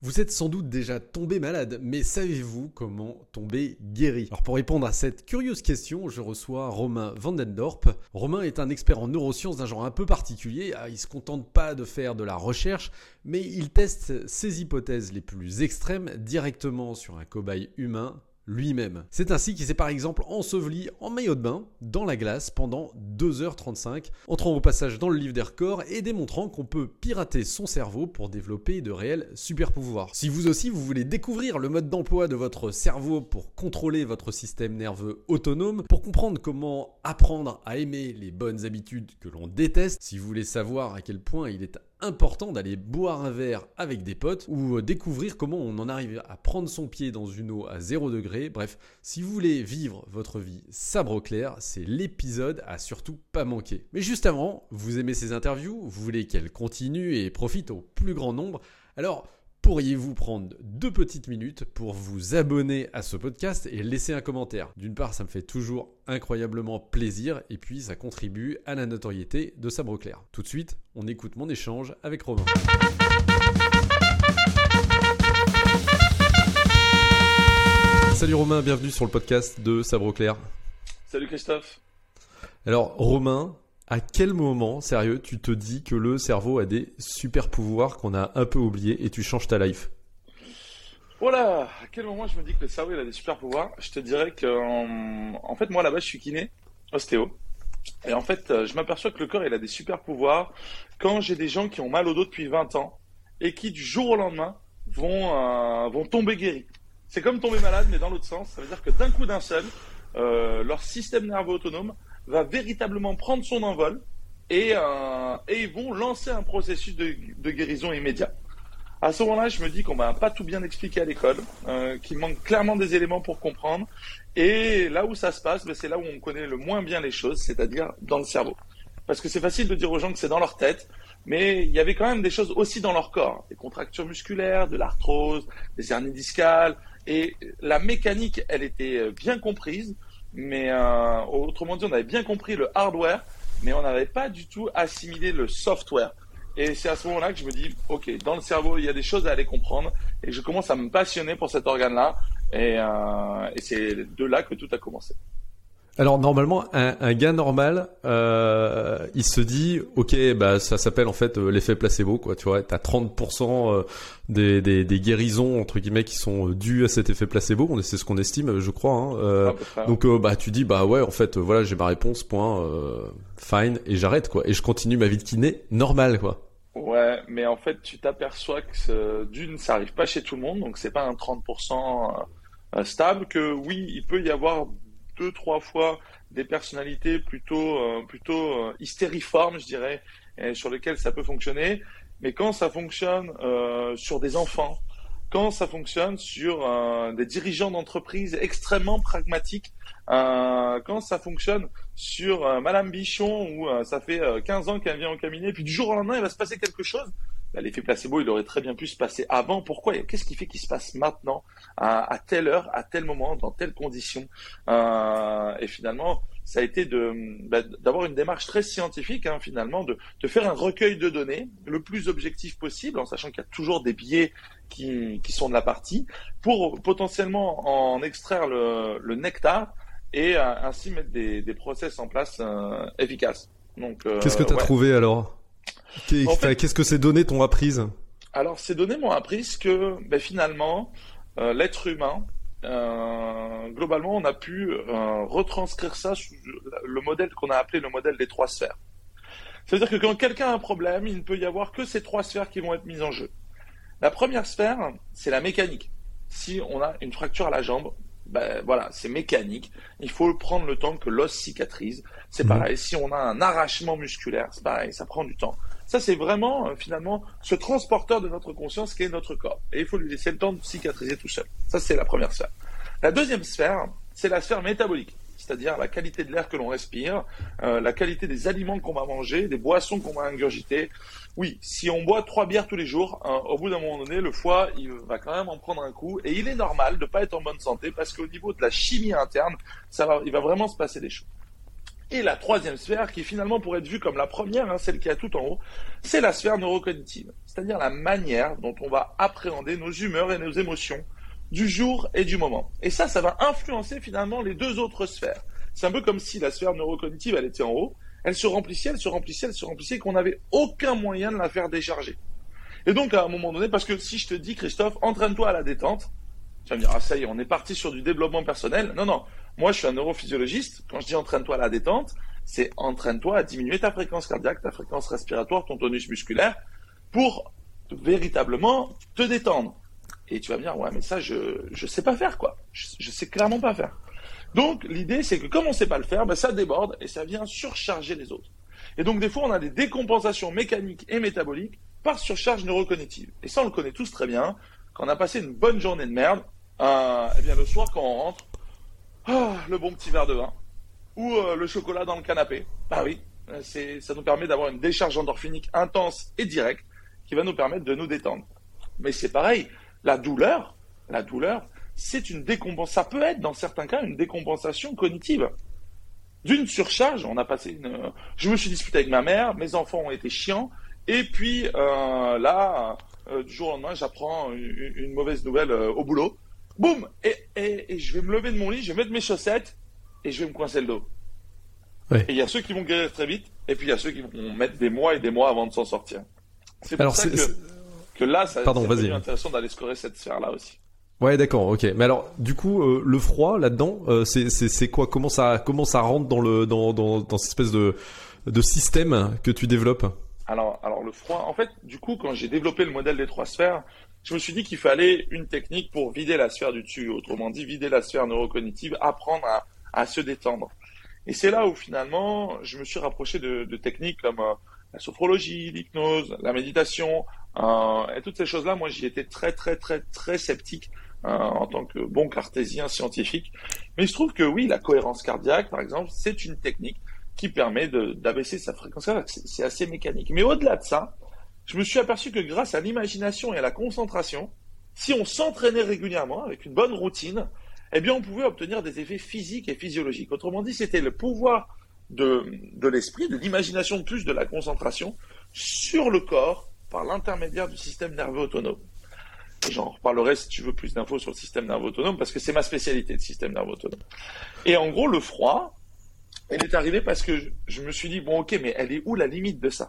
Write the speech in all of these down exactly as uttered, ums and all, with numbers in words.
Vous êtes sans doute déjà tombé malade, mais savez-vous comment tomber guéri? Alors pour répondre à cette curieuse question, je reçois Romain Vandendorp. Romain est un expert en neurosciences d'un genre un peu particulier. Il ne se contente pas de faire de la recherche, mais il teste ses hypothèses les plus extrêmes directement sur un cobaye humain lui-même. C'est ainsi qu'il s'est par exemple enseveli en maillot de bain dans la glace pendant deux heures trente-cinq, entrant au passage dans le livre des records et démontrant qu'on peut pirater son cerveau pour développer de réels super pouvoirs. Si vous aussi vous voulez découvrir le mode d'emploi de votre cerveau pour contrôler votre système nerveux autonome, pour comprendre comment apprendre à aimer les bonnes habitudes que l'on déteste, si vous voulez savoir à quel point il est important d'aller boire un verre avec des potes ou découvrir comment on en arrive à prendre son pied dans une eau à zéro degré. Bref, si vous voulez vivre votre vie sabre au clair, c'est l'épisode à surtout pas manquer. Mais juste avant, vous aimez ces interviews, vous voulez qu'elles continuent et profitent au plus grand nombre, alors pourriez-vous prendre deux petites minutes pour vous abonner à ce podcast et laisser un commentaire? D'une part, ça me fait toujours incroyablement plaisir et puis ça contribue à la notoriété de Sabre Clair. Tout de suite, on écoute mon échange avec Romain. Salut Romain, bienvenue sur le podcast de Sabre Clair. Salut Christophe. Alors Romain, à quel moment, sérieux, tu te dis que le cerveau a des super pouvoirs qu'on a un peu oubliés et tu changes ta life? Voilà, à quel moment je me dis que le cerveau il a des super pouvoirs? Je te dirais que en, en fait moi là-bas je suis kiné, ostéo. Et en fait je m'aperçois que le corps il a des super pouvoirs quand j'ai des gens qui ont mal au dos depuis vingt ans et qui du jour au lendemain vont, euh, vont tomber guéris. C'est comme tomber malade mais dans l'autre sens. Ça veut dire que d'un coup d'un seul, euh, leur système nerveux autonome va véritablement prendre son envol et, euh, et ils vont lancer un processus de, de guérison immédiat. À ce moment-là, je me dis qu'on m'a pas tout bien expliqué à l'école, euh, qu'il manque clairement des éléments pour comprendre. Et là où ça se passe, ben c'est là où on connaît le moins bien les choses, c'est-à-dire dans le cerveau. Parce que c'est facile de dire aux gens que c'est dans leur tête, mais il y avait quand même des choses aussi dans leur corps. Des contractures musculaires, de l'arthrose, des hernies discales. Et la mécanique, elle était bien comprise. Mais euh, autrement dit, on avait bien compris le hardware, mais on n'avait pas du tout assimilé le software. Et c'est à ce moment-là que je me dis, ok, dans le cerveau, il y a des choses à aller comprendre, et je commence à me passionner pour cet organe-là, et, euh, et c'est de là que tout a commencé. Alors normalement, un, un gars normal, euh, il se dit, ok, bah ça s'appelle en fait euh, l'effet placebo, quoi. Tu vois, t'as trente pour cent euh, des, des, des guérisons entre guillemets qui sont dues à cet effet placebo. C'est ce qu'on estime, je crois. Hein. Euh, ah, donc euh, bah tu dis, bah ouais, en fait, euh, voilà, j'ai ma réponse, point, euh, fine, et j'arrête, quoi. Et je continue ma vie de kiné normale, quoi. Ouais, mais en fait, tu t'aperçois que d'une, ça arrive pas chez tout le monde, donc c'est pas un trente pour cent stable. Que oui, il peut y avoir deux, trois fois des personnalités plutôt, euh, plutôt euh, hystériformes, je dirais, et sur lesquelles ça peut fonctionner. Mais quand ça fonctionne euh, sur des enfants, quand ça fonctionne sur euh, des dirigeants d'entreprise extrêmement pragmatiques, euh, quand ça fonctionne sur euh, Madame Bichon, où euh, ça fait euh, quinze ans qu'elle vient au cabinet, puis du jour au lendemain, il va se passer quelque chose. Bah, l'effet placebo, il aurait très bien pu se passer avant. Pourquoi? Qu'est-ce qui fait qu'il se passe maintenant, à, à telle heure, à tel moment, dans telles conditions? euh, Et finalement, ça a été de, bah, d'avoir une démarche très scientifique, hein, finalement, de, de faire un recueil de données le plus objectif possible, en sachant qu'il y a toujours des biais qui, qui sont de la partie, pour potentiellement en extraire le, le nectar et euh, ainsi mettre des, des process en place euh, efficaces. Donc, euh, Qu'est-ce que tu as ouais. trouvé alors? Qu'est- En fait, Qu'est-ce que ces données t'ont apprises? Alors, ces données m'ont appris que ben, finalement, euh, l'être humain, euh, globalement, on a pu euh, retranscrire ça sous le modèle qu'on a appelé le modèle des trois sphères. C'est-à-dire que quand quelqu'un a un problème, il ne peut y avoir que ces trois sphères qui vont être mises en jeu. La première sphère, c'est la mécanique. Si on a une fracture à la jambe, ben voilà, c'est mécanique. Il faut prendre le temps que l'os cicatrise. C'est mmh. pareil. Si on a un arrachement musculaire, c'est pareil, ça prend du temps. Ça, c'est vraiment, euh, finalement, ce transporteur de notre conscience qui est notre corps. Et il faut lui laisser le temps de cicatriser tout seul. Ça, c'est la première sphère. La deuxième sphère, c'est la sphère métabolique. C'est-à-dire la qualité de l'air que l'on respire, euh, la qualité des aliments qu'on va manger, des boissons qu'on va ingurgiter. Oui, si on boit trois bières tous les jours, hein, au bout d'un moment donné, le foie, il va quand même en prendre un coup. Et il est normal de ne pas être en bonne santé parce qu'au niveau de la chimie interne, ça va, il va vraiment se passer des choses. Et la troisième sphère, qui finalement pourrait être vue comme la première, hein, celle qui a tout en haut, c'est la sphère neurocognitive, c'est-à-dire la manière dont on va appréhender nos humeurs et nos émotions du jour et du moment. Et ça, ça va influencer finalement les deux autres sphères. C'est un peu comme si la sphère neurocognitive, elle était en haut, elle se remplissait, elle se remplissait, elle se remplissait, et qu'on n'avait aucun moyen de la faire décharger. Et donc, à un moment donné, parce que si je te dis, Christophe, entraîne-toi à la détente, tu vas me dire, ah ça y est, on est parti sur du développement personnel. Non, non, moi je suis un neurophysiologiste. Quand je dis entraîne-toi à la détente, c'est entraîne-toi à diminuer ta fréquence cardiaque, ta fréquence respiratoire, ton tonus musculaire, pour véritablement te détendre. Et tu vas me dire, ouais, mais ça, je je sais pas faire, quoi. Je, je sais clairement pas faire. Donc, l'idée, c'est que comme on sait pas le faire, ben, ça déborde et ça vient surcharger les autres. Et donc, des fois, on a des décompensations mécaniques et métaboliques par surcharge neurocognitive. Et ça, on le connaît tous très bien. Quand on a passé une bonne journée de merde, euh, eh bien, le soir, quand on rentre, oh, le bon petit verre de vin ou euh, le chocolat dans le canapé. Bah oui, c'est, ça nous permet d'avoir une décharge endorphinique intense et directe qui va nous permettre de nous détendre. Mais c'est pareil, la douleur, la douleur, c'est une décompensation. Ça peut être, dans certains cas, une décompensation cognitive. D'une surcharge, on a passé une... Je me suis disputé avec ma mère, mes enfants ont été chiants, et puis euh, là, euh, du jour au lendemain, j'apprends une, une mauvaise nouvelle euh, au boulot. Boum, et, et, et je vais me lever de mon lit, je vais mettre mes chaussettes, et je vais me coincer le dos. Ouais. Et il y a ceux qui vont guérir très vite, et puis il y a ceux qui vont mettre des mois et des mois avant de s'en sortir. C'est pour alors, ça c'est, que, c'est... que là, ça, Pardon, c'est devenu intéressant d'aller scorer cette sphère-là aussi. Ouais, d'accord, ok. Mais alors, du coup, euh, le froid là-dedans, euh, c'est, c'est, c'est quoi ? Comment ça, comment ça rentre dans le, dans, dans, dans cette espèce de, de système que tu développes ? Alors, alors le froid, en fait, du coup, quand j'ai développé le modèle des trois sphères, je me suis dit qu'il fallait une technique pour vider la sphère du dessus, autrement dit, vider la sphère neurocognitive, apprendre à, à se détendre. Et c'est là où finalement, je me suis rapproché de, de techniques comme euh, la sophrologie, l'hypnose, la méditation, euh, et toutes ces choses-là. Moi, j'y étais très, très, très, très sceptique. Euh, en tant que bon cartésien scientifique. Mais il se trouve que oui, la cohérence cardiaque, par exemple, c'est une technique qui permet de, d'abaisser sa fréquence cardiaque. C'est, c'est assez mécanique. Mais au-delà de ça, je me suis aperçu que grâce à l'imagination et à la concentration, si on s'entraînait régulièrement avec une bonne routine, eh bien, on pouvait obtenir des effets physiques et physiologiques. Autrement dit, c'était le pouvoir de, de l'esprit, de l'imagination plus de la concentration sur le corps par l'intermédiaire du système nerveux autonome. J'en reparlerai si tu veux plus d'infos sur le système nerveux autonome parce que c'est ma spécialité, le système nerveux autonome. Et en gros, le froid, elle est arrivée parce que je, je me suis dit, bon ok, mais elle est où la limite de ça ?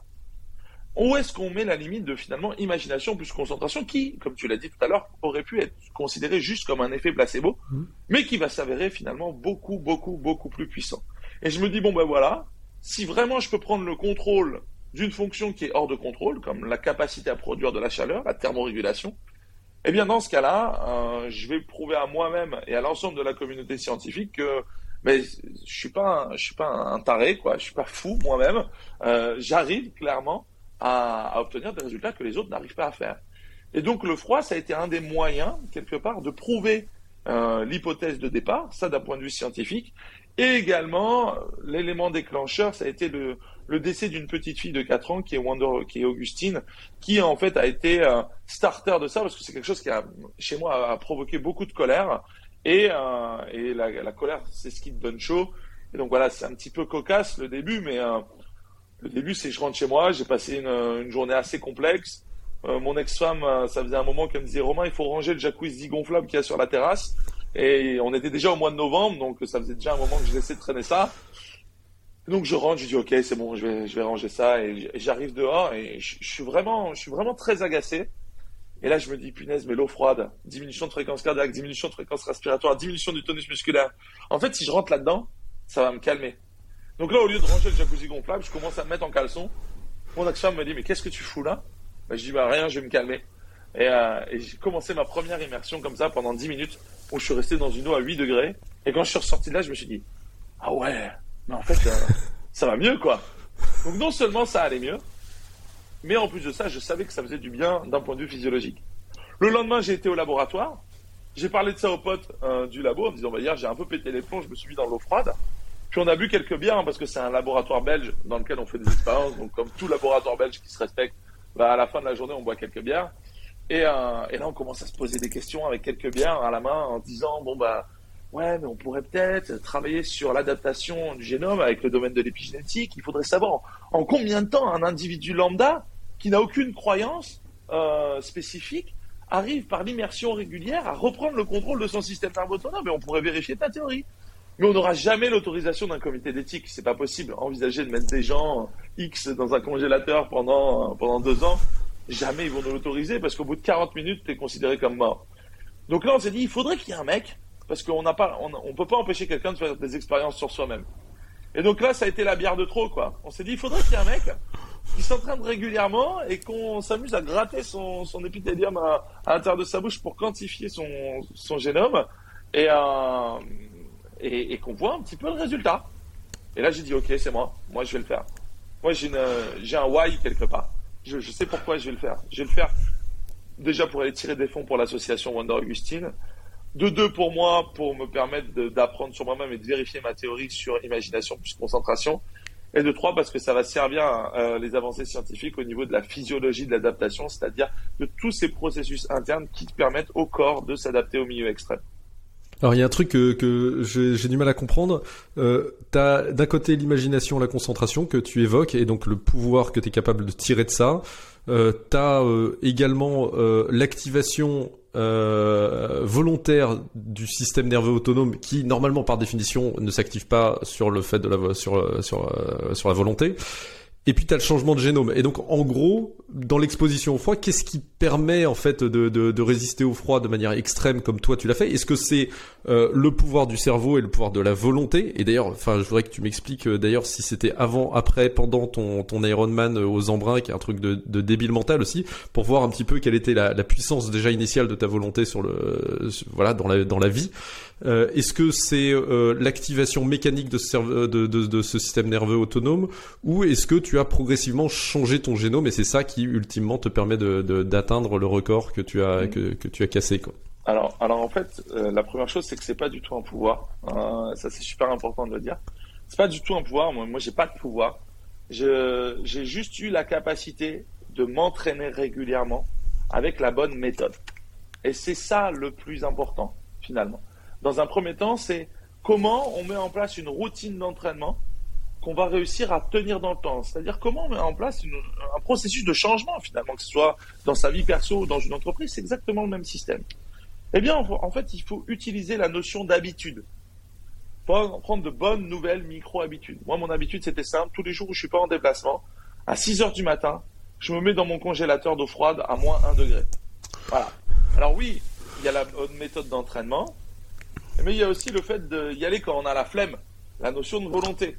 Où est-ce qu'on met la limite de finalement imagination plus concentration qui, comme tu l'as dit tout à l'heure, aurait pu être considéré juste comme un effet placebo, mmh. mais qui va s'avérer finalement beaucoup, beaucoup, beaucoup plus puissant. Et je me dis, bon ben voilà, si vraiment je peux prendre le contrôle d'une fonction qui est hors de contrôle, comme la capacité à produire de la chaleur, la thermorégulation, eh bien, dans ce cas-là, euh, je vais prouver à moi-même et à l'ensemble de la communauté scientifique que mais, je suis pas, un, je suis pas un taré, quoi. Je suis pas fou moi-même. Euh, j'arrive clairement à, à obtenir des résultats que les autres n'arrivent pas à faire. Et donc, le froid, ça a été un des moyens, quelque part, de prouver euh, l'hypothèse de départ, ça d'un point de vue scientifique. Et également, l'élément déclencheur, ça a été le, le décès d'une petite fille de quatre ans qui est Wonder, qui est Augustine, qui en fait a été euh, starter de ça parce que c'est quelque chose qui a, chez moi, a, a provoqué beaucoup de colère. Et, euh, et la, la colère, c'est ce qui te donne chaud. Et donc voilà, c'est un petit peu cocasse le début, mais euh, le début, c'est je rentre chez moi, j'ai passé une, une journée assez complexe. Euh, mon ex-femme, ça faisait un moment qu'elle me disait, Romain, il faut ranger le jacuzzi gonflable qu'il y a sur la terrasse. Et on était déjà au mois de novembre, donc ça faisait déjà un moment que je laissais traîner ça. Donc je rentre, je dis ok, c'est bon, je vais, je vais ranger ça, et j'arrive dehors et je, je suis vraiment, je suis vraiment très agacé. Et là je me dis punaise, mais l'eau froide, diminution de fréquence cardiaque, diminution de fréquence respiratoire, diminution du tonus musculaire. En fait, si je rentre là-dedans, ça va me calmer. Donc là, au lieu de ranger le jacuzzi gonflable, je commence à me mettre en caleçon. Mon ex-femme me dit mais qu'est-ce que tu fous là ? Ben, je dis bah rien, je vais me calmer. Et, euh, et j'ai commencé ma première immersion comme ça pendant dix minutes où je suis resté dans une eau à huit degrés. Et quand je suis ressorti de là, je me suis dit ah ouais, mais en fait, euh, ça va mieux quoi. Donc non seulement ça allait mieux, mais en plus de ça, je savais que ça faisait du bien d'un point de vue physiologique. Le lendemain, j'ai été au laboratoire. J'ai parlé de ça aux potes euh, du labo en me disant bah, hier, j'ai un peu pété les plombs, je me suis mis dans l'eau froide. Puis on a bu quelques bières hein, parce que c'est un laboratoire belge dans lequel on fait des expériences. Donc comme tout laboratoire belge qui se respecte, bah, à la fin de la journée, on boit quelques bières. Et, euh, et là, on commence à se poser des questions avec quelques bières à la main en disant bon bah ouais, mais on pourrait peut-être travailler sur l'adaptation du génome avec le domaine de l'épigénétique. Il faudrait savoir en, en combien de temps un individu lambda qui n'a aucune croyance euh, spécifique arrive par l'immersion régulière à reprendre le contrôle de son système nerveux autonome. Et on pourrait vérifier ta théorie. Mais on n'aura jamais l'autorisation d'un comité d'éthique. C'est pas possible. Envisager de mettre des gens X dans un congélateur pendant, pendant deux ans, jamais ils vont nous l'autoriser parce qu'au bout de quarante minutes, tu es considéré comme mort. Donc là, on s'est dit, il faudrait qu'il y ait un mec, parce qu'on n'a pas, on, on peut pas empêcher quelqu'un de faire des expériences sur soi-même. Et donc là, ça a été la bière de trop, quoi. On s'est dit, il faudrait qu'il y ait un mec qui s'entraîne régulièrement et qu'on s'amuse à gratter son, son épithélium à, à l'intérieur de sa bouche pour quantifier son, son génome et, euh, et, et qu'on voit un petit peu le résultat. Et là, j'ai dit, ok, c'est moi. Moi, je vais le faire. Moi, j'ai, une, j'ai un why quelque part. Je, je sais pourquoi je vais le faire. Je vais le faire déjà pour aller tirer des fonds pour l'association Wonder Augustine. De deux, pour moi, pour me permettre de, d'apprendre sur moi-même et de vérifier ma théorie sur imagination plus concentration. Et de trois, parce que ça va servir euh, les avancées scientifiques au niveau de la physiologie de l'adaptation, c'est-à-dire de tous ces processus internes qui permettent au corps de s'adapter au milieu extrême. Alors il y a un truc que, que j'ai, j'ai du mal à comprendre. Euh, t'as d'un côté l'imagination, la concentration que tu évoques et donc le pouvoir que tu es capable de tirer de ça. Euh, t'as euh, également euh, l'activation euh, volontaire du système nerveux autonome qui normalement par définition ne s'active pas sur le fait de la sur sur euh, sur la volonté. Et puis t'as le changement de génome. Et donc en gros, dans l'exposition au froid, qu'est-ce qui permet en fait de, de, de résister au froid de manière extrême comme toi tu l'as fait? Est-ce que c'est euh, le pouvoir du cerveau et le pouvoir de la volonté? Et d'ailleurs, enfin, je voudrais que tu m'expliques euh, d'ailleurs si c'était avant, après, pendant ton ton Ironman aux embruns, qui est un truc de, de débile mental aussi, pour voir un petit peu quelle était la, la puissance déjà initiale de ta volonté sur le sur, voilà dans la dans la vie. Euh, est-ce que c'est euh, l'activation mécanique de ce, cerve- de, de, de ce système nerveux autonome ou est-ce que tu as progressivement changé ton génome et c'est ça qui ultimement te permet de, de, d'atteindre le record que tu as, mmh. que, que tu as cassé, quoi? Alors, alors en fait, euh, la première chose, c'est que c'est pas du tout un pouvoir. Euh, ça, c'est super important de le dire. C'est pas du tout un pouvoir. Moi, moi j'ai pas de pouvoir. Je, j'ai juste eu la capacité de m'entraîner régulièrement avec la bonne méthode. Et c'est ça le plus important, finalement. Dans un premier temps, c'est comment on met en place une routine d'entraînement qu'on va réussir à tenir dans le temps. C'est-à-dire comment on met en place une, un processus de changement, finalement, que ce soit dans sa vie perso ou dans une entreprise, c'est exactement le même système. Eh bien, en fait, il faut utiliser la notion d'habitude. Il faut prendre de bonnes nouvelles micro-habitudes. Moi, mon habitude, c'était simple. Tous les jours où je suis pas en déplacement, à six heures du matin, je me mets dans mon congélateur d'eau froide à moins un degré. Voilà. Alors oui, il y a la bonne méthode d'entraînement, mais il y a aussi le fait d'y aller quand on a la flemme, la notion de volonté.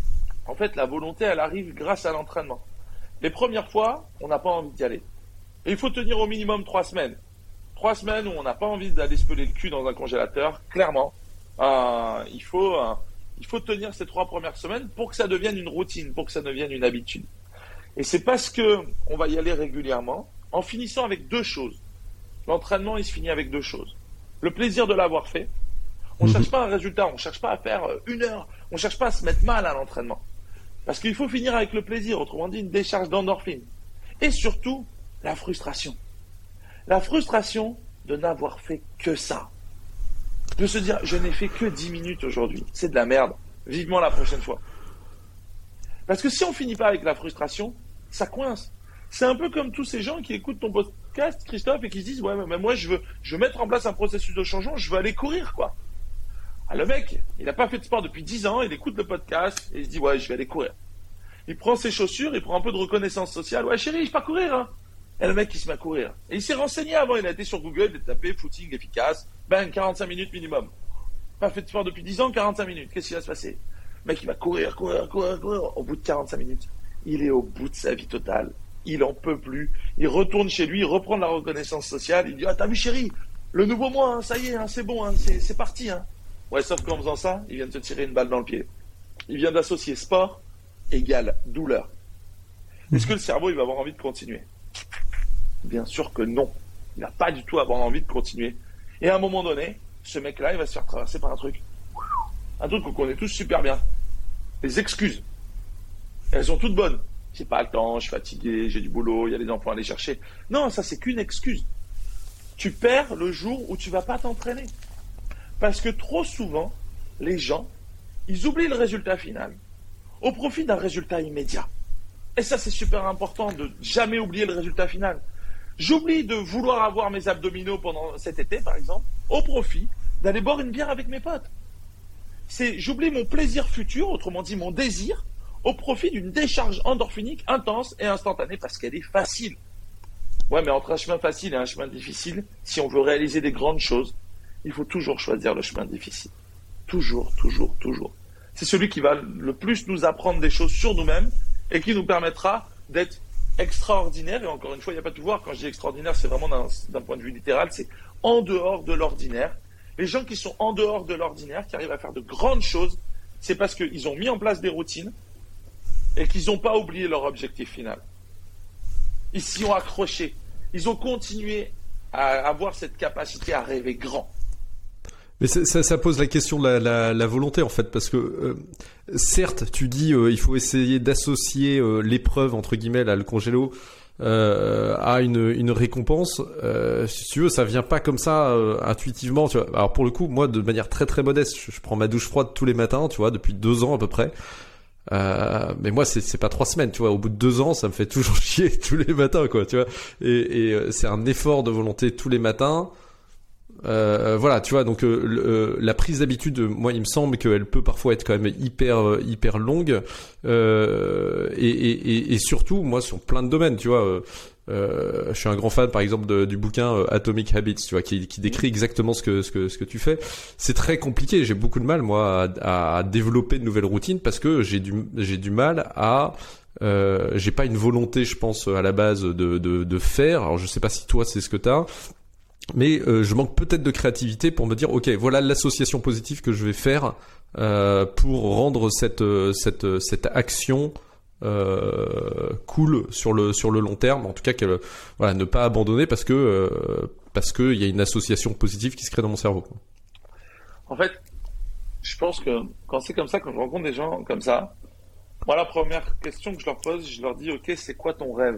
En fait, la volonté, elle arrive grâce à l'entraînement. Les premières fois, on n'a pas envie d'y aller. Et il faut tenir au minimum trois semaines. Trois semaines où on n'a pas envie d'aller se peler le cul dans un congélateur, clairement. Euh, il faut, euh, il faut tenir ces trois premières semaines pour que ça devienne une routine, pour que ça devienne une habitude. Et c'est parce que on va y aller régulièrement, en finissant avec deux choses. L'entraînement, il se finit avec deux choses. Le plaisir de l'avoir fait. On ne cherche pas un résultat, on ne cherche pas à faire une heure, on ne cherche pas à se mettre mal à l'entraînement. Parce qu'il faut finir avec le plaisir, autrement dit une décharge d'endorphine. Et surtout, la frustration. La frustration de n'avoir fait que ça. De se dire, je n'ai fait que dix minutes aujourd'hui, c'est de la merde, vivement la prochaine fois. Parce que si on finit pas avec la frustration, ça coince. C'est un peu comme tous ces gens qui écoutent ton podcast, Christophe, et qui se disent, ouais, mais moi, je veux, je veux mettre en place un processus de changement, je veux aller courir, quoi. Ah, le mec, il n'a pas fait de sport depuis dix ans, il écoute le podcast, et il se dit, ouais, je vais aller courir. Il prend ses chaussures, il prend un peu de reconnaissance sociale, ouais, chérie, je pars courir, hein. Et le mec, il se met à courir. Et il s'est renseigné avant, il a été sur Google, il a tapé footing efficace, ben, quarante-cinq minutes minimum. Pas fait de sport depuis dix ans, quarante-cinq minutes. Qu'est-ce qui va se passer? Le mec, il va courir, courir, courir, courir. Au bout de quarante-cinq minutes, il est au bout de sa vie totale. Il en peut plus. Il retourne chez lui, il reprend de la reconnaissance sociale. Il dit, ah, t'as vu, chérie? Le nouveau mois, hein, ça y est, hein, c'est bon, hein, c'est, c'est parti, hein. Ouais, sauf qu'en faisant ça, il vient de te tirer une balle dans le pied. Il vient d'associer sport égale douleur. Est-ce que le cerveau, il va avoir envie de continuer? Bien sûr que non. Il n'a pas du tout avoir envie de continuer. Et à un moment donné, ce mec-là, il va se faire traverser par un truc. Un truc qu'on connaît tous super bien. Les excuses. Elles sont toutes bonnes. J'ai pas le temps, je suis fatigué, j'ai du boulot, il y a des enfants à aller chercher. Non, ça, c'est qu'une excuse. Tu perds le jour où tu vas pas t'entraîner. Parce que trop souvent, les gens, ils oublient le résultat final au profit d'un résultat immédiat. Et ça, c'est super important de jamais oublier le résultat final. J'oublie de vouloir avoir mes abdominaux pendant cet été, par exemple, au profit d'aller boire une bière avec mes potes. C'est, j'oublie mon plaisir futur, autrement dit mon désir, au profit d'une décharge endorphinique intense et instantanée parce qu'elle est facile. Ouais, mais entre un chemin facile et un chemin difficile, si on veut réaliser des grandes choses, il faut toujours choisir le chemin difficile. Toujours, toujours, toujours. C'est celui qui va le plus nous apprendre des choses sur nous-mêmes et qui nous permettra d'être extraordinaire. Et encore une fois, il n'y a pas de pouvoir. Quand je dis extraordinaire, c'est vraiment d'un, d'un point de vue littéral, c'est en dehors de l'ordinaire. Les gens qui sont en dehors de l'ordinaire, qui arrivent à faire de grandes choses, c'est parce qu'ils ont mis en place des routines et qu'ils n'ont pas oublié leur objectif final. Ils s'y ont accrochés. Ils ont continué à avoir cette capacité à rêver grand. Mais ça, ça, ça pose la question de la, la, la volonté en fait, parce que euh, certes, tu dis euh, il faut essayer d'associer euh, l'épreuve entre guillemets, là, le congélo, euh, à une, une récompense. Euh, si tu veux, ça vient pas comme ça euh, intuitivement. Tu vois. Alors pour le coup, moi, de manière très très modeste, je, je prends ma douche froide tous les matins, tu vois, depuis deux ans à peu près. Euh, mais moi c'est c'est pas trois semaines, tu vois. Au bout de deux ans, ça me fait toujours chier tous les matins, quoi, tu vois. Et, et euh, c'est un effort de volonté tous les matins. Euh, voilà, tu vois, donc euh, le, euh, la prise d'habitude, moi, il me semble qu'elle peut parfois être quand même hyper euh, hyper longue, euh, et, et, et surtout, moi, sur plein de domaines, tu vois. Euh, euh, je suis un grand fan, par exemple, de, du bouquin euh, Atomic Habits, tu vois, qui, qui décrit exactement ce que ce que ce que tu fais. C'est très compliqué. J'ai beaucoup de mal, moi, à, à développer de nouvelles routines parce que j'ai du j'ai du mal à euh, j'ai pas une volonté, je pense, à la base de de, de faire. Alors, je sais pas si toi, c'est ce que t'as. Mais euh, je manque peut-être de créativité pour me dire ok, voilà l'association positive que je vais faire euh, pour rendre cette cette cette action euh, cool sur le sur le long terme. En tout cas, qu'elle, voilà, ne pas abandonner parce que euh, parce que il y a une association positive qui se crée dans mon cerveau, quoi. En fait, je pense que quand c'est comme ça, quand je rencontre des gens comme ça, moi la première question que je leur pose, je leur dis ok, c'est quoi ton rêve?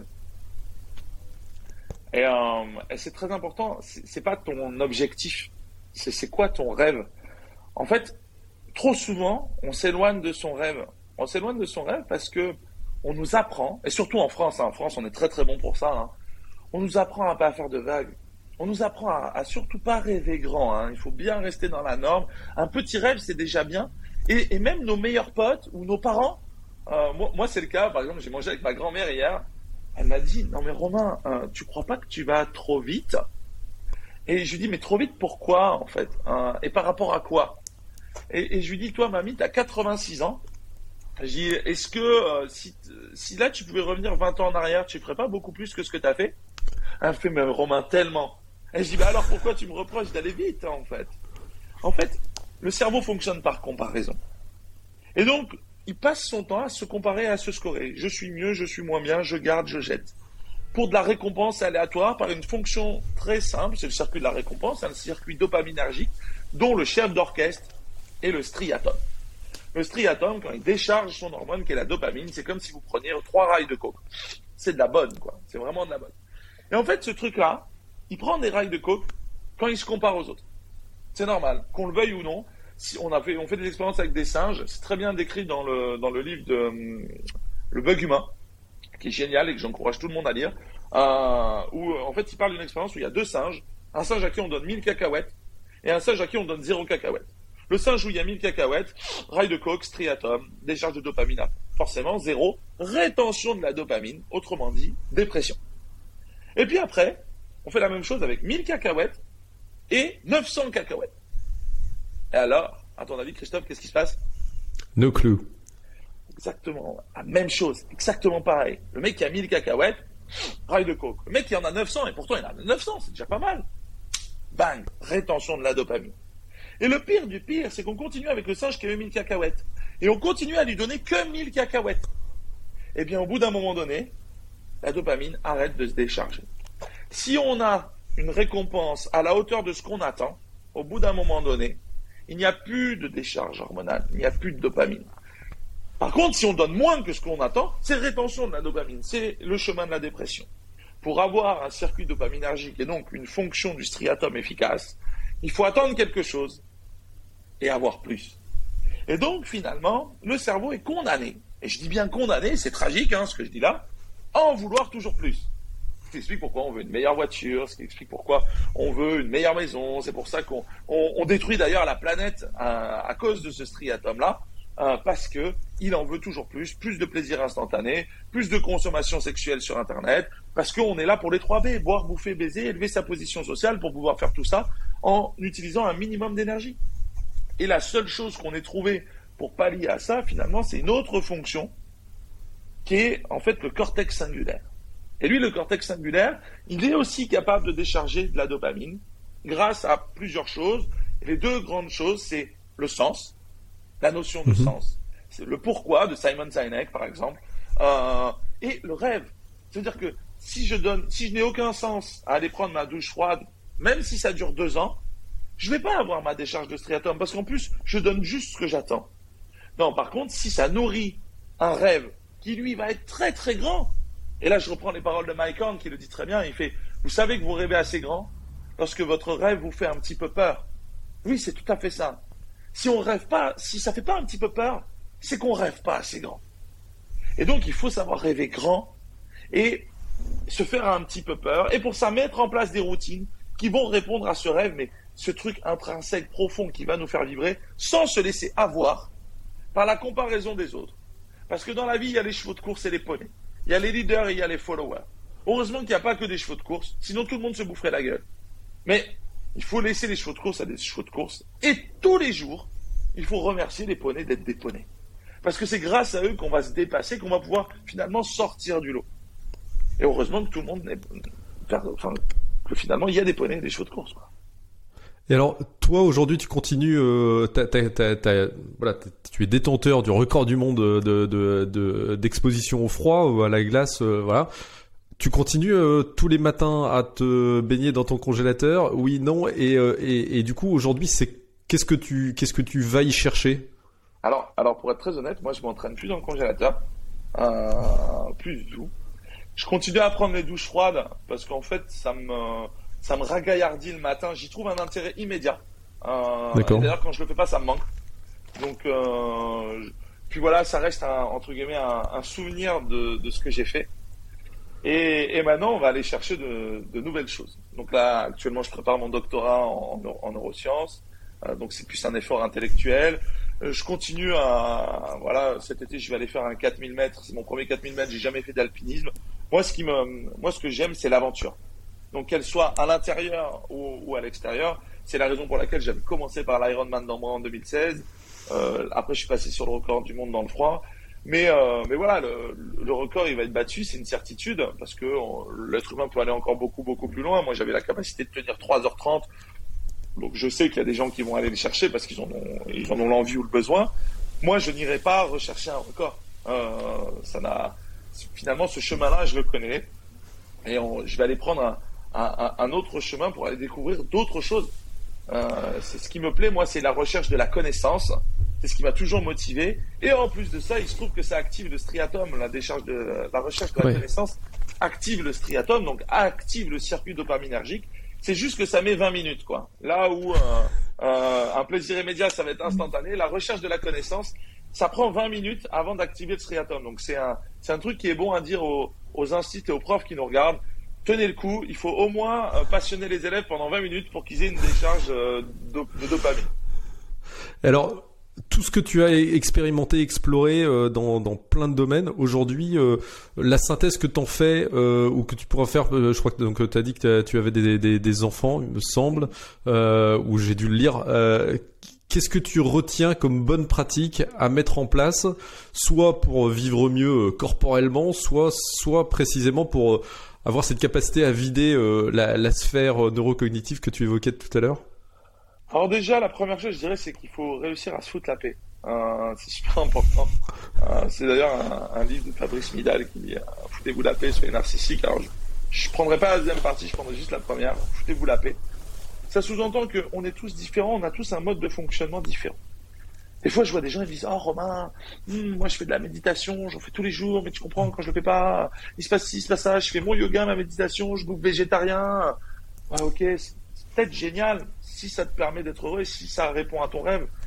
Et, euh, et c'est très important, c'est, c'est pas ton objectif, c'est, c'est quoi ton rêve? En fait, trop souvent, on s'éloigne de son rêve. On s'éloigne de son rêve parce que on nous apprend, et surtout en France, hein, en France on est très très bon pour ça, hein, on nous apprend à pas faire de vagues. On nous apprend à, à surtout pas rêver grand, hein, il faut bien rester dans la norme. Un petit rêve, c'est déjà bien. Et, et même nos meilleurs potes ou nos parents, euh, moi, moi c'est le cas, par exemple, j'ai mangé avec ma grand-mère hier. Elle m'a dit, non mais Romain, euh, tu crois pas que tu vas trop vite? Et je lui dis, mais trop vite pourquoi en fait, hein, et par rapport à quoi? et, et je lui dis, toi mamie, t'as quatre-vingt-six ans. Je dis, est-ce que euh, si, si là tu pouvais revenir vingt ans en arrière, tu ferais pas beaucoup plus que ce que t'as fait? Elle me fait, mais Romain, tellement. Et je dis, bah alors pourquoi tu me reproches d'aller vite, hein, en fait? En fait, le cerveau fonctionne par comparaison. Et donc, il passe son temps à se comparer, à se scorer. Je suis mieux, je suis moins bien, je garde, je jette. Pour de la récompense aléatoire, par une fonction très simple, c'est le circuit de la récompense, un circuit dopaminergique, dont le chef d'orchestre est le striatum. Le striatum, quand il décharge son hormone, qui est la dopamine, c'est comme si vous preniez trois rails de coke. C'est de la bonne, quoi. C'est vraiment de la bonne. Et en fait, ce truc-là, il prend des rails de coke quand il se compare aux autres. C'est normal, qu'on le veuille ou non. Si on a fait, on fait des expériences avec des singes, c'est très bien décrit dans le dans le livre de euh, Le Bug Humain, qui est génial et que j'encourage tout le monde à lire. Euh, où en fait, il parle d'une expérience où il y a deux singes, un singe à qui on donne mille cacahuètes et un singe à qui on donne zéro cacahuète. Le singe où il y a mille cacahuètes, rail de coke, striatum, décharge de dopamine, forcément zéro, rétention de la dopamine, autrement dit dépression. Et puis après, on fait la même chose avec mille cacahuètes et neuf cents cacahuètes. Et alors, à ton avis, Christophe, qu'est-ce qui se passe? No clue. Exactement, la même chose, exactement pareil. Le mec qui a mille cacahuètes, rail de coke. Le mec qui en a neuf cents, et pourtant il en a neuf cents, c'est déjà pas mal. Bang, rétention de la dopamine. Et le pire du pire, c'est qu'on continue avec le singe qui a eu mille cacahuètes. Et on continue à lui donner que mille cacahuètes. Et bien, au bout d'un moment donné, la dopamine arrête de se décharger. Si on a une récompense à la hauteur de ce qu'on attend, au bout d'un moment donné, il n'y a plus de décharge hormonale, il n'y a plus de dopamine. Par contre, si on donne moins que ce qu'on attend, c'est rétention de la dopamine, c'est le chemin de la dépression. Pour avoir un circuit dopaminergique et donc une fonction du striatum efficace, il faut attendre quelque chose et avoir plus. Et donc, finalement, le cerveau est condamné, et je dis bien condamné, c'est tragique hein, ce que je dis là, à en vouloir toujours plus. Ce qui explique pourquoi on veut une meilleure voiture, ce qui explique pourquoi on veut une meilleure maison, c'est pour ça qu'on on, on détruit d'ailleurs la planète à, à cause de ce striatum-là, euh, parce que il en veut toujours plus, plus de plaisir instantané, plus de consommation sexuelle sur Internet, parce qu'on est là pour les trois B, boire, bouffer, baiser, élever sa position sociale pour pouvoir faire tout ça en utilisant un minimum d'énergie. Et la seule chose qu'on ait trouvée pour pallier à ça, finalement, c'est une autre fonction qui est en fait le cortex singulaire. Et lui, le cortex singulaire, il est aussi capable de décharger de la dopamine grâce à plusieurs choses. Et les deux grandes choses, c'est le sens, la notion de mm-hmm. sens. C'est le pourquoi de Simon Sinek, par exemple, euh, et le rêve. C'est-à-dire que si je donne, si je n'ai aucun sens à aller prendre ma douche froide, même si ça dure deux ans, je ne vais pas avoir ma décharge de striatum parce qu'en plus, je donne juste ce que j'attends. Non, par contre, si ça nourrit un rêve qui, lui, va être très, très grand, et là, je reprends les paroles de Mike Horn qui le dit très bien, il fait « Vous savez que vous rêvez assez grand lorsque votre rêve vous fait un petit peu peur. » Oui, c'est tout à fait ça. Si on rêve pas, si ça fait pas un petit peu peur, c'est qu'on rêve pas assez grand. Et donc, il faut savoir rêver grand et se faire un petit peu peur. Et pour ça, mettre en place des routines qui vont répondre à ce rêve, mais ce truc intrinsèque, profond, qui va nous faire vibrer, sans se laisser avoir par la comparaison des autres. Parce que dans la vie, il y a les chevaux de course et les poneys. Il y a les leaders et il y a les followers. Heureusement qu'il n'y a pas que des chevaux de course, sinon tout le monde se boufferait la gueule. Mais il faut laisser les chevaux de course à des chevaux de course. Et tous les jours, il faut remercier les poneys d'être des poneys. Parce que c'est grâce à eux qu'on va se dépasser, qu'on va pouvoir finalement sortir du lot. Et heureusement que tout le monde est... Enfin, que finalement, il y a des poneys et des chevaux de course, quoi. Et alors, toi, aujourd'hui, tu continues, euh, t'as, t'as, t'as, t'as, voilà, tu es détenteur du record du monde de, de, de, d'exposition au froid ou à la glace, euh, voilà. Tu continues euh, tous les matins à te baigner dans ton congélateur, oui, non, et, euh, et, et du coup, aujourd'hui, c'est qu'est-ce que tu, qu'est-ce que tu vas y chercher? Alors, alors, pour être très honnête, moi, je m'entraîne plus dans le congélateur, euh, plus du tout. Je continue à prendre les douches froides parce qu'en fait, ça me ça me ragaillardit le matin. J'y trouve un intérêt immédiat. Euh, D'accord. D'ailleurs, quand je le fais pas, ça me manque. Donc, euh, je... puis voilà, ça reste un, entre guillemets un, un souvenir de, de ce que j'ai fait. Et, et maintenant, on va aller chercher de, de nouvelles choses. Donc là, actuellement, je prépare mon doctorat en, en, en neurosciences. Euh, donc, c'est plus un effort intellectuel. Euh, je continue à, voilà, cet été, je vais aller faire un quatre mille mètres. C'est mon premier quatre mille mètres. J'ai jamais fait d'alpinisme. Moi, ce qui me, moi, ce que j'aime, c'est l'aventure. Donc, qu'elle soit à l'intérieur ou, ou à l'extérieur, c'est la raison pour laquelle j'avais commencé par l'Ironman d'Ambra en deux mille seize. Euh, après, je suis passé sur le record du monde dans le froid. Mais, euh, mais voilà, le, le record, il va être battu, c'est une certitude, parce que on, l'être humain peut aller encore beaucoup, beaucoup plus loin. Moi, j'avais la capacité de tenir trois heures trente. Donc, je sais qu'il y a des gens qui vont aller le chercher parce qu'ils en ont, ils en ont l'envie ou le besoin. Moi, je n'irai pas rechercher un record. Euh, ça n'a, finalement, ce chemin-là, je le connais. Et on, je vais aller prendre un, un, un autre chemin pour aller découvrir d'autres choses. Euh, c'est ce qui me plaît, moi, c'est la recherche de la connaissance. C'est ce qui m'a toujours motivé. Et en plus de ça, il se trouve que ça active le striatum, la décharge de la recherche de la ouais. connaissance active le striatum, donc active le circuit dopaminergique. C'est juste que ça met vingt minutes, quoi. Là où euh, euh, un plaisir immédiat, ça va être instantané. La recherche de la connaissance, ça prend vingt minutes avant d'activer le striatum. Donc c'est un, c'est un truc qui est bon à dire aux, aux instituts et aux profs qui nous regardent. Tenez le coup, il faut au moins euh, passionner les élèves pendant vingt minutes pour qu'ils aient une décharge euh, de, de dopamine. Alors, tout ce que tu as expérimenté, exploré euh, dans, dans plein de domaines, aujourd'hui, euh, la synthèse que tu en fais euh, ou que tu pourras faire, euh, je crois que donc tu as dit que tu avais des, des, des enfants, il me semble, euh, ou j'ai dû le lire. Euh, qu'est-ce que tu retiens comme bonne pratique à mettre en place, soit pour vivre mieux corporellement, soit, soit précisément pour euh, avoir cette capacité à vider euh, la, la sphère neurocognitive que tu évoquais tout à l'heure? Alors déjà, la première chose, je dirais, c'est qu'il faut réussir à se foutre la paix. Euh, c'est super important. Euh, c'est d'ailleurs un, un livre de Fabrice Midal qui dit euh, « Foutez-vous la paix, soyez narcissique ». Alors, je ne prendrai pas la deuxième partie, je prendrai juste la première. « Foutez-vous la paix ». Ça sous-entend qu'on est tous différents, on a tous un mode de fonctionnement différent. Des fois, je vois des gens qui disent « Oh, Romain, hum, moi, je fais de la méditation, j'en fais tous les jours, mais tu comprends, quand je le fais pas, il se passe ci, il se passe ça, je fais mon yoga, ma méditation, je bouffe végétarien. » Ouais, ok, c'est peut-être génial si ça te permet d'être heureux et si ça répond à ton rêve.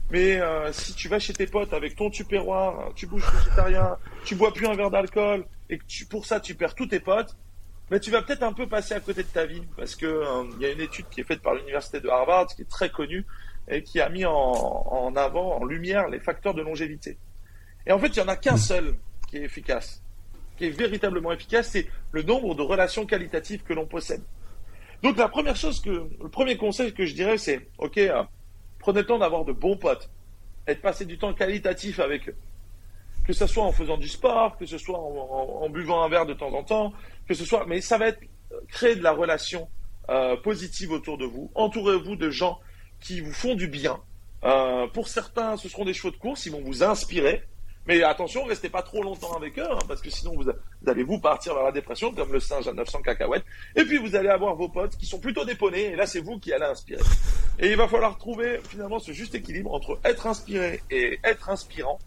Mais euh, si tu vas chez tes potes avec ton tupperware, tu bouges végétarien, tu bois plus un verre d'alcool et que tu, pour ça tu perds tous tes potes, mais tu vas peut-être un peu passer à côté de ta vie parce que euh, il y a une étude qui est faite par l'université de Harvard qui est très connue et qui a mis en, en avant, en lumière les facteurs de longévité. Et en fait, il y en a qu'un seul qui est efficace, qui est véritablement efficace, c'est le nombre de relations qualitatives que l'on possède. Donc la première chose que, le premier conseil que je dirais, c'est ok. Euh, Prenez le temps d'avoir de bons potes et de passer du temps qualitatif avec eux. Que ce soit en faisant du sport, que ce soit en, en, en buvant un verre de temps en temps, que ce soit, mais ça va être créer de la relation euh, positive autour de vous. Entourez-vous de gens qui vous font du bien. Euh, pour certains, ce seront des chevaux de course, ils vont vous inspirer. Mais attention, restez pas trop longtemps avec eux, hein, parce que sinon vous, vous allez vous partir vers la dépression, comme le singe à neuf cents cacahuètes. Et puis vous allez avoir vos potes qui sont plutôt des poneys, et là c'est vous qui allez inspirer. Et il va falloir trouver finalement ce juste équilibre entre être inspiré et être inspirant,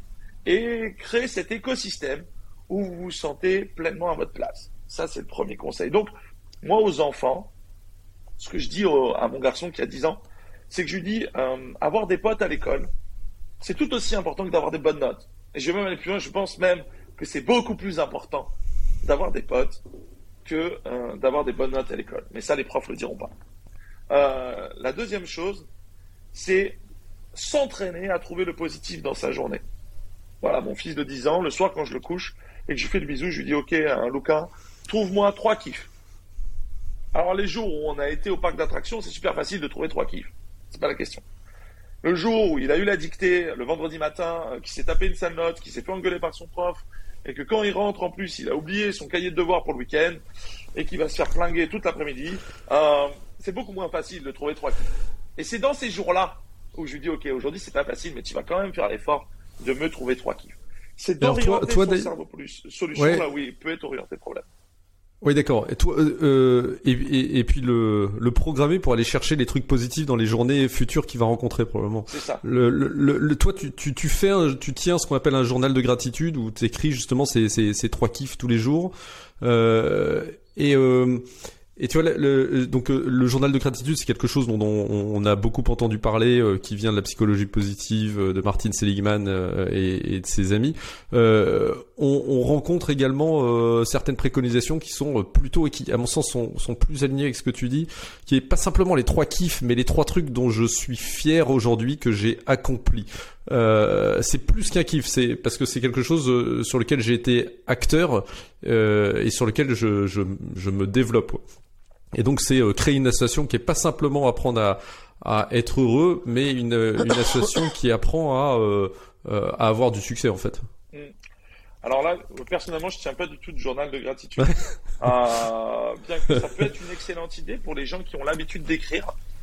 et créer cet écosystème où vous vous sentez pleinement à votre place. Ça c'est le premier conseil. Donc moi aux enfants, ce que je dis au, à mon garçon qui a dix ans, c'est que je lui dis euh, avoir des potes à l'école, c'est tout aussi important que d'avoir des bonnes notes. Et je vais même aller plus loin, je pense même que c'est beaucoup plus important d'avoir des potes que euh, d'avoir des bonnes notes à l'école. Mais ça, les profs ne le diront pas. Euh, la deuxième chose, c'est s'entraîner à trouver le positif dans sa journée. Voilà, mon fils de dix ans, le soir quand je le couche et que je lui fais le bisou, je lui dis « Ok, hein, Lucas, trouve-moi trois kiffs. » Alors les jours où on a été au parc d'attractions, c'est super facile de trouver trois kiffs. C'est pas la question. Le jour où il a eu la dictée, le vendredi matin, euh, qui s'est tapé une sale note, qui s'est fait engueuler par son prof, et que quand il rentre, en plus, il a oublié son cahier de devoirs pour le week-end, et qu'il va se faire flinguer toute l'après-midi, euh, c'est beaucoup moins facile de trouver trois kiffs. Et c'est dans ces jours-là où je lui dis, ok, aujourd'hui c'est pas facile, mais tu vas quand même faire l'effort de me trouver trois kiffs. C'est d'orienter son cerveau plus solution ouais. Là où il peut être orienté problème. Oui, d'accord. Et toi, euh, et, et, et puis le, le programmer pour aller chercher les trucs positifs dans les journées futures qu'il va rencontrer probablement. C'est ça. Le, le, le toi, tu, tu, tu fais, un, tu tiens ce qu'on appelle un journal de gratitude où tu écris justement ces, ces, ces trois kiffs tous les jours. Euh, et euh, Et tu vois, le, le, donc le journal de gratitude, c'est quelque chose dont on, on a beaucoup entendu parler, euh, qui vient de la psychologie positive, euh, de Martin Seligman euh, et, et de ses amis. Euh, on, on rencontre également euh, certaines préconisations qui sont plutôt, et qui, à mon sens, sont, sont plus alignées avec ce que tu dis, qui est pas simplement les trois kiffs, mais les trois trucs dont je suis fier aujourd'hui que j'ai accompli. Euh, c'est plus qu'un kiff, c'est parce que c'est quelque chose sur lequel j'ai été acteur euh, et sur lequel je, je, je me développe. Et donc c'est euh, créer une association qui est pas simplement apprendre à, à être heureux, mais une, une association qui apprend à, euh, euh, à avoir du succès en fait. Alors là, personnellement, je tiens pas du tout de journal de gratitude. euh, bien que ça peut être une excellente idée pour les gens qui ont l'habitude d'écrire.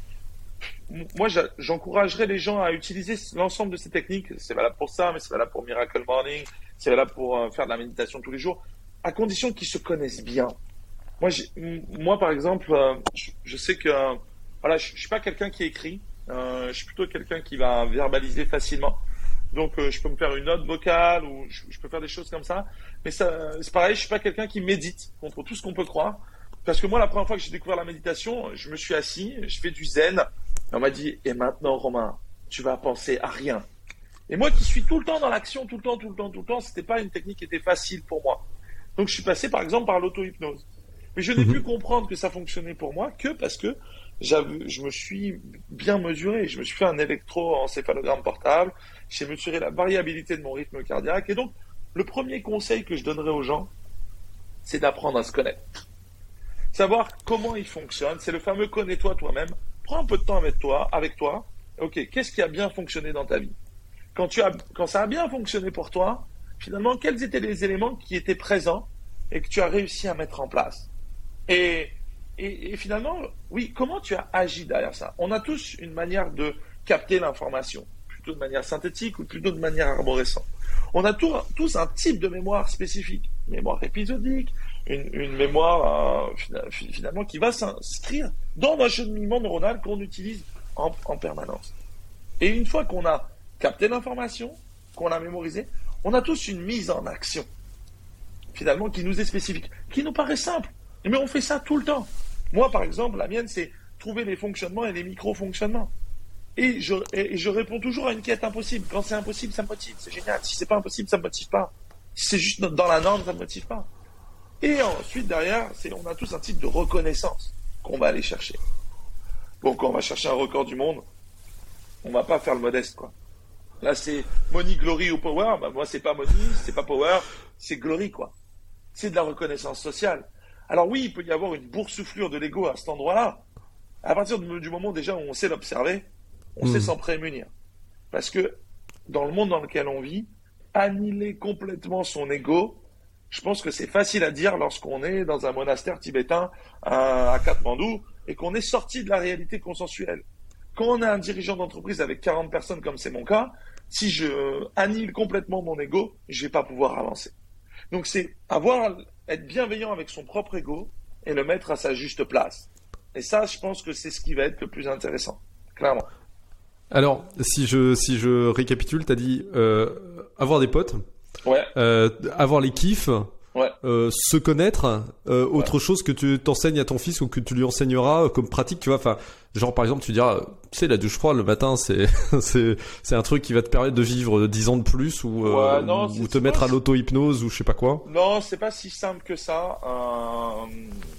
Moi, j'encouragerais les gens à utiliser l'ensemble de ces techniques. C'est valable pour ça, mais c'est valable pour Miracle Morning, c'est valable pour euh, faire de la méditation tous les jours, à condition qu'ils se connaissent bien. Moi, moi, par exemple, euh, je, je sais que euh, voilà, je, je suis pas quelqu'un qui écrit. Euh, je suis plutôt quelqu'un qui va verbaliser facilement. Donc, euh, je peux me faire une note vocale ou je, je peux faire des choses comme ça. Mais ça, c'est pareil, je suis pas quelqu'un qui médite contre tout ce qu'on peut croire. Parce que moi, la première fois que j'ai découvert la méditation, je me suis assis, je fais du zen. Et on m'a dit, et maintenant, Romain, tu vas penser à rien. Et moi, qui suis tout le temps dans l'action, tout le temps, tout le temps, tout le temps, c'était pas une technique qui était facile pour moi. Donc, je suis passé, par exemple, par l'auto-hypnose. Mais je n'ai pu comprendre que ça fonctionnait pour moi que parce que j'avais, je me suis bien mesuré. Je me suis fait un électroencéphalogramme portable. J'ai mesuré la variabilité de mon rythme cardiaque. Et donc, le premier conseil que je donnerais aux gens, c'est d'apprendre à se connaître. Savoir comment il fonctionne. C'est le fameux connais-toi toi-même. Prends un peu de temps avec toi, avec toi. Ok, qu'est-ce qui a bien fonctionné dans ta vie? Quand tu as, quand ça a bien fonctionné pour toi, finalement, quels étaient les éléments qui étaient présents et que tu as réussi à mettre en place? Et, et, et finalement, oui, comment tu as agi derrière ça? On a tous une manière de capter l'information, plutôt de manière synthétique ou plutôt de manière arborescente. On a tous, tous un type de mémoire spécifique, mémoire épisodique, une, une mémoire euh, finalement qui va s'inscrire dans un cheminement neuronal qu'on utilise en, en permanence. Et une fois qu'on a capté l'information, qu'on a mémorisé, on a tous une mise en action, finalement, qui nous est spécifique, qui nous paraît simple. Mais on fait ça tout le temps. Moi, par exemple, la mienne, c'est trouver les fonctionnements et les micro-fonctionnements. Et je, et je réponds toujours à une quête impossible. Quand c'est impossible, ça me motive, c'est génial. Si c'est pas impossible, ça me motive pas. Si c'est juste dans la norme, ça me motive pas. Et ensuite, derrière, c'est, on a tous un type de reconnaissance qu'on va aller chercher. Bon, quand on va chercher un record du monde, on va pas faire le modeste, quoi. Là, c'est money, glory ou power. Bah, moi, c'est pas money, c'est pas power, c'est glory, quoi. C'est de la reconnaissance sociale. Alors oui, il peut y avoir une boursouflure de l'ego à cet endroit-là. À partir du moment déjà où on sait l'observer, on mmh. sait s'en prémunir. Parce que dans le monde dans lequel on vit, annihiler complètement son ego, je pense que c'est facile à dire lorsqu'on est dans un monastère tibétain à Katmandou et qu'on est sorti de la réalité consensuelle. Quand on a un dirigeant d'entreprise avec quarante personnes, comme c'est mon cas, si je annihile complètement mon ego, je vais pas pouvoir avancer. Donc c'est avoir, être bienveillant avec son propre ego et le mettre à sa juste place. Et ça, je pense que c'est ce qui va être le plus intéressant, clairement. Alors, si je si je récapitule, t'as dit euh, avoir des potes, ouais, euh, avoir les kiffs, ouais, euh, se connaître, euh, ouais. autre chose que tu t'enseignes à ton fils ou que tu lui enseigneras comme pratique, tu vois. Enfin, genre par exemple, tu diras, tu sais, la douche froide le matin, c'est c'est c'est un truc qui va te permettre de vivre dix ans de plus ou euh, ouais, non, ou te mettre à l'auto-hypnose ou je sais pas quoi. Non, c'est pas si simple que ça. Euh,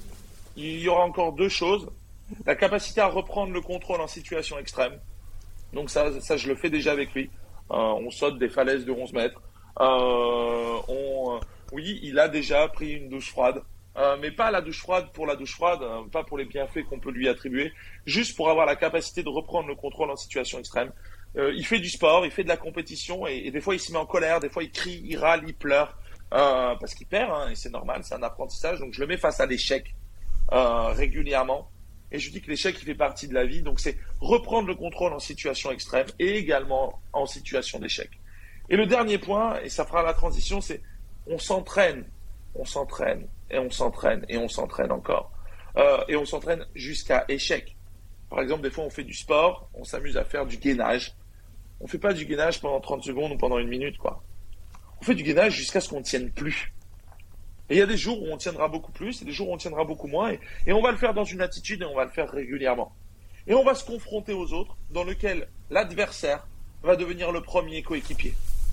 il y aura encore deux choses. La capacité à reprendre le contrôle en situation extrême. Donc ça, ça je le fais déjà avec lui. Euh, on saute des falaises de onze mètres. Euh, on, euh, oui, il a déjà pris une douche froide. Euh, mais pas la douche froide pour la douche froide, euh, pas pour les bienfaits qu'on peut lui attribuer, juste pour avoir la capacité de reprendre le contrôle en situation extrême. Euh, il fait du sport, il fait de la compétition et, et des fois il se met en colère, des fois il crie, il râle, il pleure euh, parce qu'il perd hein, et c'est normal, c'est un apprentissage. Donc je le mets face à l'échec euh, régulièrement. Et je dis que l'échec, il fait partie de la vie. Donc, c'est reprendre le contrôle en situation extrême et également en situation d'échec. Et le dernier point, et ça fera la transition, c'est on s'entraîne, on s'entraîne, et on s'entraîne, et on s'entraîne encore. Euh, et on s'entraîne jusqu'à échec. Par exemple, des fois, on fait du sport, on s'amuse à faire du gainage. On fait pas du gainage pendant trente secondes ou pendant une minute, quoi. On fait du gainage jusqu'à ce qu'on ne tienne plus. Et il y a des jours où on tiendra beaucoup plus, et des jours où on tiendra beaucoup moins, et, et on va le faire dans une attitude et on va le faire régulièrement. Et on va se confronter aux autres, dans lequel l'adversaire va devenir le premier coéquipier.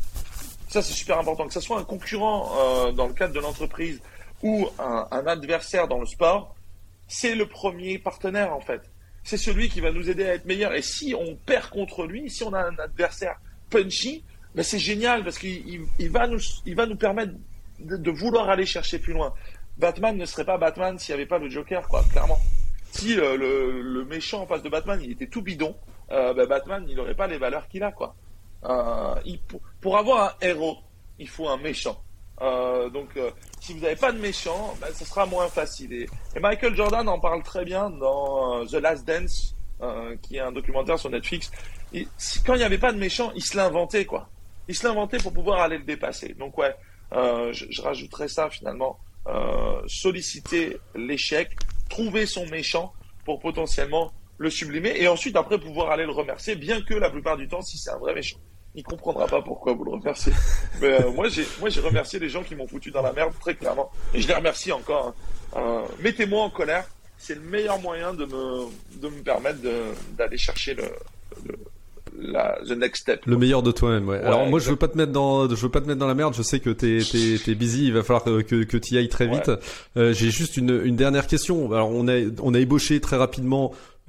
Ça, c'est super important. Que ce soit un concurrent euh, dans le cadre de l'entreprise ou un, un adversaire dans le sport, c'est le premier partenaire en fait. C'est celui qui va nous aider à être meilleur. Et si on perd contre lui, si on a un adversaire punchy, ben c'est génial parce qu'il il, il va nous, il va nous permettre De, de vouloir aller chercher plus loin. Batman ne serait pas Batman s'il n'y avait pas le Joker, quoi, clairement. Si euh, le, le méchant en face de Batman, il était tout bidon, euh, bah, Batman, il n'aurait pas les valeurs qu'il a, quoi. Euh, il, pour, pour avoir un héros, il faut un méchant. Euh, donc, euh, si vous n'avez pas de méchant, bah, ce sera moins facile. Et, et Michael Jordan en parle très bien dans euh, The Last Dance, euh, qui est un documentaire sur Netflix. Et, si, quand il n'y avait pas de méchant, il se l'inventait, quoi. Il se l'inventait pour pouvoir aller le dépasser. Donc, ouais. Euh, je, je rajouterais ça finalement, euh, solliciter l'échec, trouver son méchant pour potentiellement le sublimer et ensuite après pouvoir aller le remercier, bien que la plupart du temps, si c'est un vrai méchant, il comprendra pas pourquoi vous le remerciez. Mais euh, moi, j'ai, moi, j'ai remercié les gens qui m'ont foutu dans la merde très clairement et je les remercie encore. Hein. Euh, mettez-moi en colère, c'est le meilleur moyen de me, de me permettre de, d'aller chercher le, le La, the next step. Le meilleur de toi-même, ouais. ouais Alors moi, exactement. je veux pas te mettre dans, je veux pas te mettre dans la merde. Je sais que t'es, t'es, t'es busy. Il va falloir que, que, que t'y ailles très vite. Ouais. Euh, j'ai juste une, une dernière question. Alors on a, on a ébauché très rapidement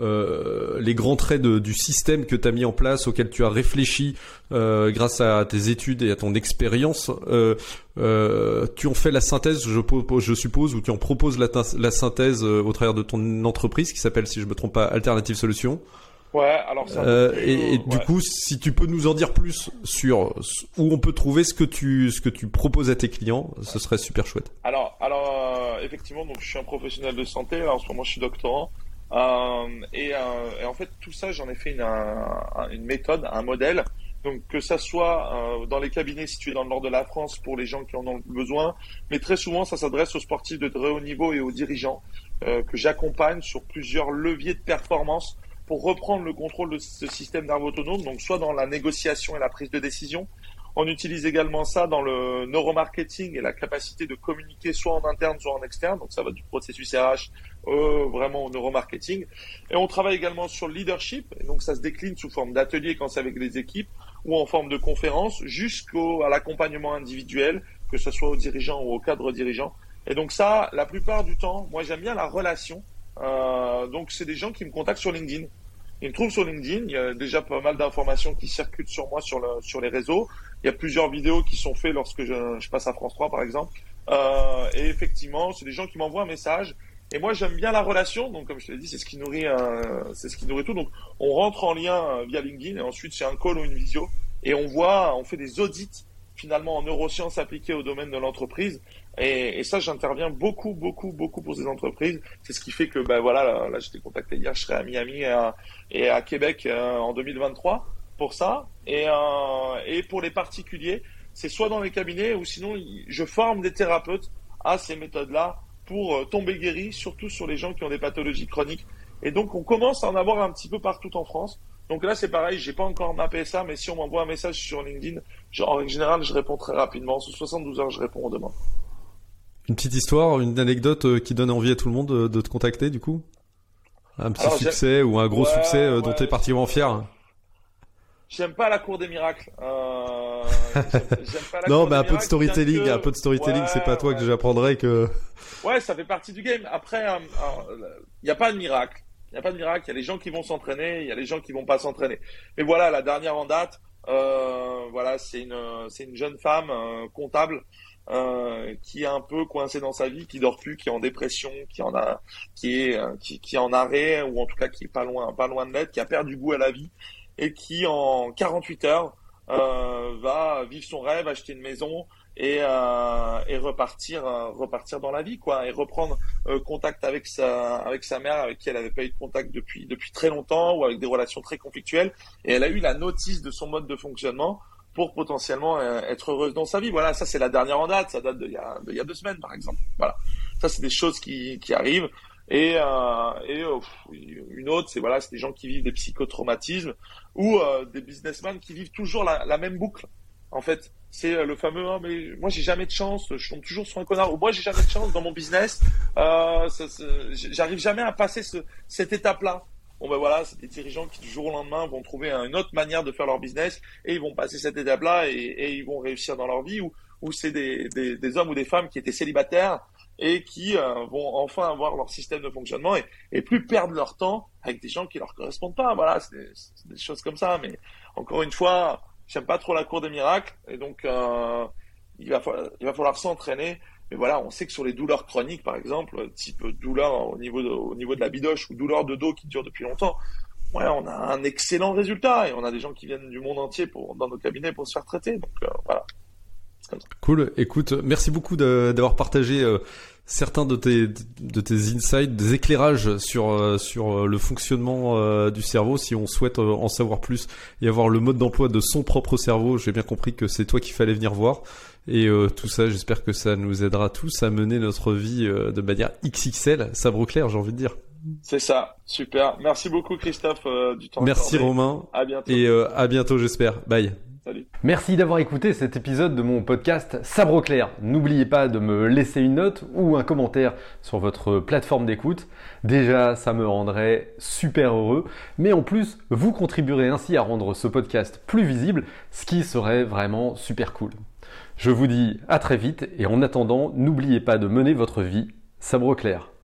euh, les grands traits de, du système que t'as mis en place, auquel tu as réfléchi euh, grâce à tes études et à ton expérience. Euh, euh, tu en fais la synthèse, je, je suppose, ou tu en proposes la, la synthèse euh, au travers de ton entreprise qui s'appelle, si je me trompe pas, Alternative Solutions. Ouais, alors ça. Euh, et, et du ouais. coup, si tu peux nous en dire plus sur où on peut trouver ce que tu ce que tu proposes à tes clients, ce serait super chouette. Alors, alors euh, effectivement, donc je suis un professionnel de santé. Là, en ce moment, je suis doctorant. Euh, et, euh, et en fait, tout ça, j'en ai fait une, un, une méthode, un modèle. Donc que ça soit euh, dans les cabinets situés dans le nord de la France pour les gens qui en ont besoin, mais très souvent, ça s'adresse aux sportifs de très haut niveau et aux dirigeants euh, que j'accompagne sur plusieurs leviers de performance pour reprendre le contrôle de ce système nerveux autonome, donc soit dans la négociation et la prise de décision, On utilise également ça dans le neuromarketing et la capacité de communiquer soit en interne, soit en externe. Donc ça va du processus R H euh, vraiment au neuromarketing. Et on travaille également sur le leadership. Et donc ça se décline sous forme d'ateliers quand c'est avec les équipes ou en forme de conférences jusqu'à l'accompagnement individuel, que ce soit aux dirigeants ou aux cadres dirigeants. Et donc ça, la plupart du temps, moi j'aime bien la relation. Euh, donc c'est des gens qui me contactent sur LinkedIn. Ils me trouvent sur LinkedIn. Il y a déjà pas mal d'informations qui circulent sur moi sur, le, sur les réseaux. Il y a plusieurs vidéos qui sont faites lorsque je, je passe à France trois, par exemple. Euh, et effectivement, c'est des gens qui m'envoient un message. Et moi, j'aime bien la relation. Donc, comme je te l'ai dit, c'est ce qui nourrit, euh, c'est ce qui nourrit tout. Donc, on rentre en lien euh, via LinkedIn et ensuite c'est un call ou une visio et on voit, on fait des audits finalement en neurosciences appliquées au domaine de l'entreprise. Et, et ça, j'interviens beaucoup, beaucoup, beaucoup pour ces entreprises. C'est ce qui fait que, ben voilà, là, là j'étais contacté hier, je serai à Miami et à, et à Québec euh, en deux mille vingt-trois pour ça. Et, euh, et pour les particuliers, c'est soit dans les cabinets ou sinon, je forme des thérapeutes à ces méthodes-là pour euh, tomber guéri, surtout sur les gens qui ont des pathologies chroniques. Et donc, on commence à en avoir un petit peu partout en France. Donc là, c'est pareil, j'ai pas encore mappé ça, mais si on m'envoie un message sur LinkedIn, je, en règle générale, je réponds très rapidement. Sous soixante-douze heures, je réponds demain. Une petite histoire, une anecdote qui donne envie à tout le monde de te contacter, du coup? Un petit Alors, succès ou un gros ouais, succès dont ouais, tu es particulièrement fier? J'aime pas la cour des miracles. Euh, j'aime, j'aime pas la non, cour mais des un peu de storytelling, que... un peu de storytelling, ouais, c'est pas toi ouais. que j'apprendrai que... Ouais, ça fait partie du game. Après, il euh, n'y a pas de miracle. Il n'y a pas de miracle. Il y a les gens qui vont s'entraîner, il y a les gens qui vont pas s'entraîner. Mais voilà, la dernière en date, euh, voilà, c'est une, c'est une jeune femme euh, comptable euh, qui est un peu coincée dans sa vie, qui dort plus, qui est en dépression, qui en a, qui est, euh, qui, qui est en arrêt ou en tout cas qui est pas loin, pas loin de l'être, qui a perdu goût à la vie et qui en quarante-huit heures euh, va vivre son rêve, acheter une maison et, euh, et repartir, euh, repartir dans la vie, quoi, et reprendre euh, contact avec sa, avec sa mère, avec qui elle n'avait pas eu de contact depuis, depuis très longtemps, ou avec des relations très conflictuelles. Et elle a eu la notice de son mode de fonctionnement pour potentiellement euh, être heureuse dans sa vie. Voilà, ça c'est la dernière en date, ça date d'il y a, de, il y a deux semaines par exemple. Voilà, ça c'est des choses qui, qui arrivent. Et, euh, et euh, une autre, c'est voilà, c'est des gens qui vivent des psychotraumatismes ou euh, des businessmen qui vivent toujours la, la même boucle. En fait, c'est le fameux oh, mais moi j'ai jamais de chance, je tombe toujours sur un connard. Ou moi j'ai jamais de chance dans mon business, euh, ça, ça, j'arrive jamais à passer ce, cette étape-là. Bon ben voilà, c'est des dirigeants qui du jour au lendemain vont trouver une autre manière de faire leur business et ils vont passer cette étape-là et, et ils vont réussir dans leur vie. Ou, ou c'est des, des, des hommes ou des femmes qui étaient célibataires et qui euh, vont enfin avoir leur système de fonctionnement et, et plus perdre leur temps avec des gens qui leur correspondent pas. Voilà, c'est des, c'est des choses comme ça. Mais encore une fois, j'aime pas trop la cour des miracles et donc euh, il va falloir, il va falloir s'entraîner. Mais voilà, on sait que sur les douleurs chroniques, par exemple, type douleur au niveau de, au niveau de la bidoche ou douleur de dos qui dure depuis longtemps, ouais, on a un excellent résultat et on a des gens qui viennent du monde entier pour, dans nos cabinets pour se faire traiter. Donc euh, voilà. Cool. Écoute, merci beaucoup de, d'avoir partagé euh, certains de tes de tes insights, des éclairages sur euh, sur le fonctionnement euh, du cerveau. Si on souhaite euh, en savoir plus et avoir le mode d'emploi de son propre cerveau, j'ai bien compris que c'est toi qu'il fallait venir voir. Et euh, tout ça, j'espère que ça nous aidera tous à mener notre vie euh, de manière X X L, sabre clair, j'ai envie de dire. C'est ça, super. Merci beaucoup Christophe euh, du temps. Merci accordé. Romain. À bientôt. Et euh, à bientôt, j'espère. Bye. Salut. Merci d'avoir écouté cet épisode de mon podcast Sabre Clair. N'oubliez pas de me laisser une note ou un commentaire sur votre plateforme d'écoute. Déjà, ça me rendrait super heureux. Mais en plus, vous contribuerez ainsi à rendre ce podcast plus visible, ce qui serait vraiment super cool. Je vous dis à très vite et en attendant, n'oubliez pas de mener votre vie sabre clair.